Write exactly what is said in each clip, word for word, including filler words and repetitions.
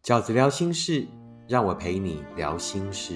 饺子聊心事，让我陪你聊心事。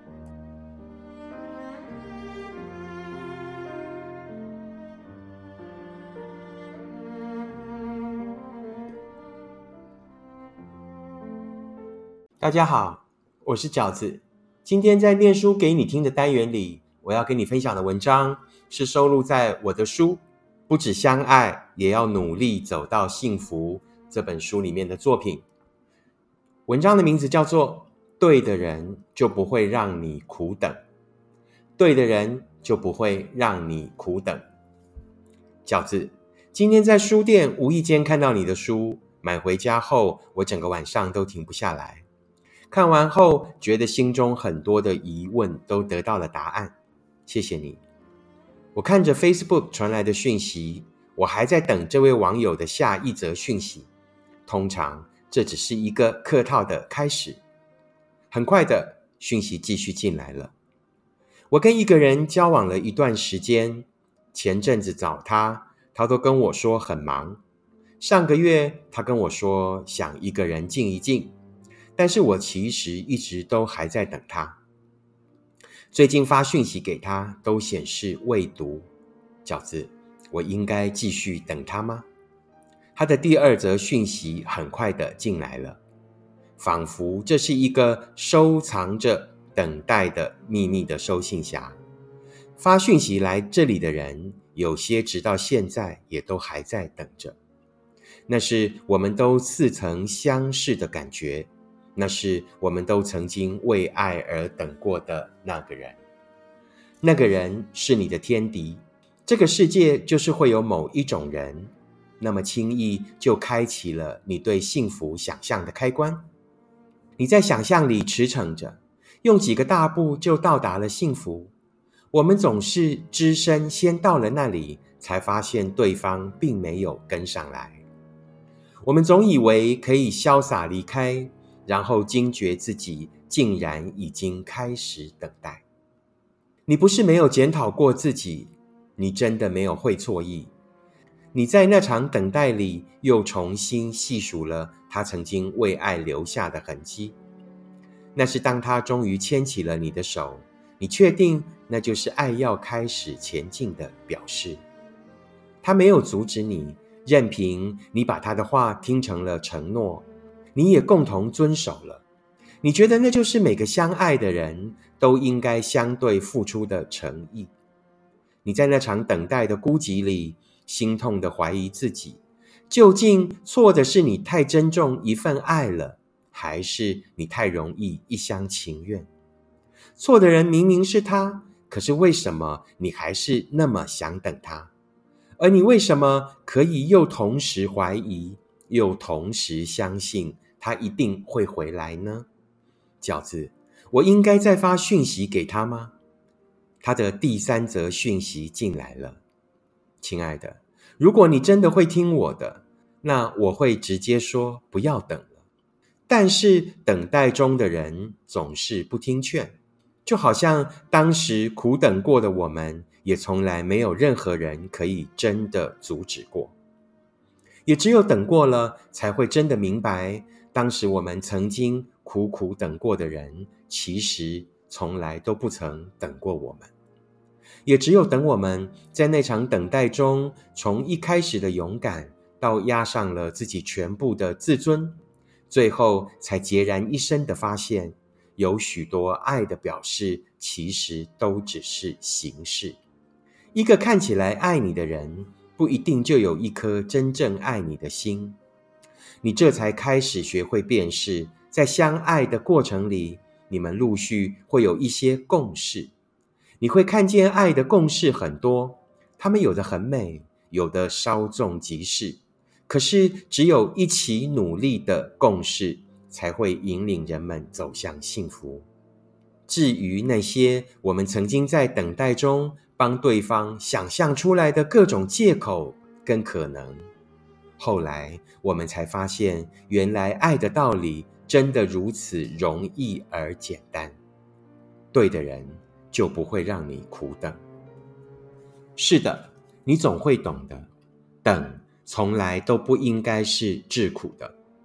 大家好，我是饺子。今天在念书给你听的单元里，我要跟你分享的文章是收录在我的书《不只相爱，也要努力走到幸福》这本书里面的作品。文章的名字叫做对的人就不会让你苦等，对的人就不会让你苦等。饺子，今天在书店无意间看到你的书，买回家后我整个晚上都停不下来。看完后觉得心中很多的疑问都得到了答案，谢谢你。我看着 Facebook 传来的讯息，我还在等这位网友的下一则讯息，通常这只是一个客套的开始。很快的，讯息继续进来了。我跟一个人交往了一段时间，前阵子找他，他都跟我说很忙。上个月他跟我说想一个人静一静，但是我其实一直都还在等他。最近发讯息给他都显示未读。饺子，我应该继续等他吗？他的第二则讯息很快的进来了，仿佛这是一个收藏着等待的秘密的收信匣。发讯息来这里的人，有些直到现在也都还在等着。那是我们都似曾相识的感觉，那是我们都曾经为爱而等过的那个人。那个人是你的天敌，这个世界就是会有某一种人，那么轻易就开启了你对幸福想象的开关。你在想象里驰骋着，用几个大步就到达了幸福。我们总是只身先到了那里，才发现对方并没有跟上来。我们总以为可以潇洒离开，然后惊觉自己竟然已经开始等待。你不是没有检讨过自己，你真的没有会错意。你在那场等待里又重新细数了他曾经为爱留下的痕迹。那是当他终于牵起了你的手，你确定那就是爱要开始前进的表示。他没有阻止你，任凭你把他的话听成了承诺，你也共同遵守了。你觉得那就是每个相爱的人都应该相对付出的诚意。你在那场等待的孤寂里，心痛地怀疑自己，究竟错的是你太珍重一份爱了，还是你太容易一厢情愿？错的人明明是他，可是为什么你还是那么想等他？而你为什么可以又同时怀疑，又同时相信他一定会回来呢？饺子，我应该再发讯息给他吗？他的第三则讯息进来了。亲爱的，如果你真的会听我的，那我会直接说不要等了。但是等待中的人总是不听劝，就好像当时苦等过的我们，也从来没有任何人可以真的阻止过。也只有等过了，才会真的明白，当时我们曾经苦苦等过的人，其实从来都不曾等过我们。也只有等我们在那场等待中，从一开始的勇敢，到压上了自己全部的自尊，最后才孑然一身地发现，有许多爱的表示其实都只是形式。一个看起来爱你的人，不一定就有一颗真正爱你的心。你这才开始学会辨识，在相爱的过程里，你们陆续会有一些共识。你会看见爱的共识很多，它们有的很美，有的稍纵即逝，可是只有一起努力的共识，才会引领人们走向幸福。至于那些我们曾经在等待中帮对方想象出来的各种借口跟可能，后来我们才发现，原来爱的道理真的如此容易而简单。对的人就不会让你苦等。是的，你总会懂的，等从来都不应该是致苦的。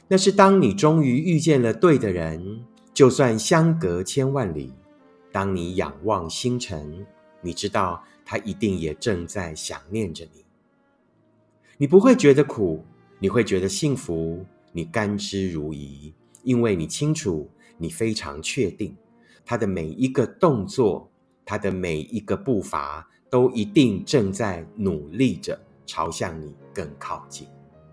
那是当你终于遇见了对的人，就算相隔千万里，当你仰望星辰，你知道他一定也正在想念着你。你不会觉得苦，你会觉得幸福，你甘之如饴，因为你清楚，你非常确定，他的每一个动作，他的每一个步伐，都一定正在努力着朝向你更靠近。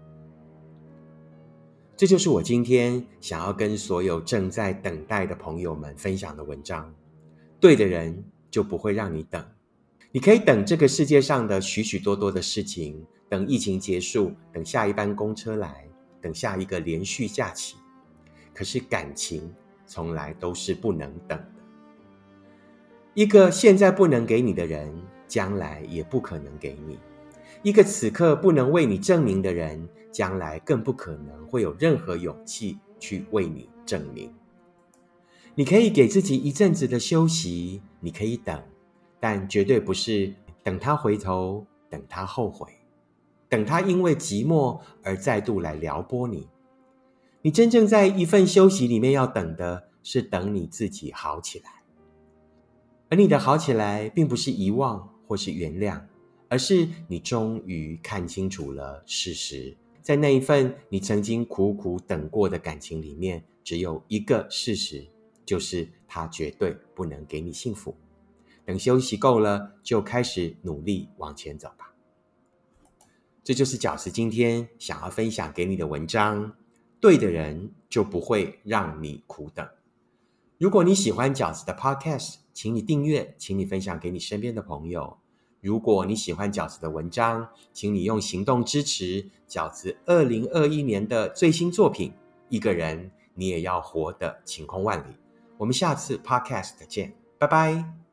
这就是我今天想要跟所有正在等待的朋友们分享的文章。对的人就不会让你等，你可以等这个世界上的许许多多的事情，等疫情结束，等下一班公车来，等下一个连续假期。可是感情从来都是不能等的。一个现在不能给你的人，将来也不可能给你。一个此刻不能为你证明的人，将来更不可能会有任何勇气去为你证明。你可以给自己一阵子的休息，你可以等，但绝对不是等他回头，等他后悔，等他因为寂寞而再度来撩拨你。你真正在一份休息里面要等的是等你自己好起来。而你的好起来并不是遗忘或是原谅，而是你终于看清楚了事实。在那一份你曾经苦苦等过的感情里面，只有一个事实，就是他绝对不能给你幸福。等休息够了，就开始努力往前走吧。这就是饺子今天想要分享给你的文章。对的人就不会让你苦等。如果你喜欢饺子的 podcast， 请你订阅，请你分享给你身边的朋友。如果你喜欢饺子的文章，请你用行动支持饺子二零二一年的最新作品《一个人你也要活得晴空万里》。我们下次 podcast 见，拜拜。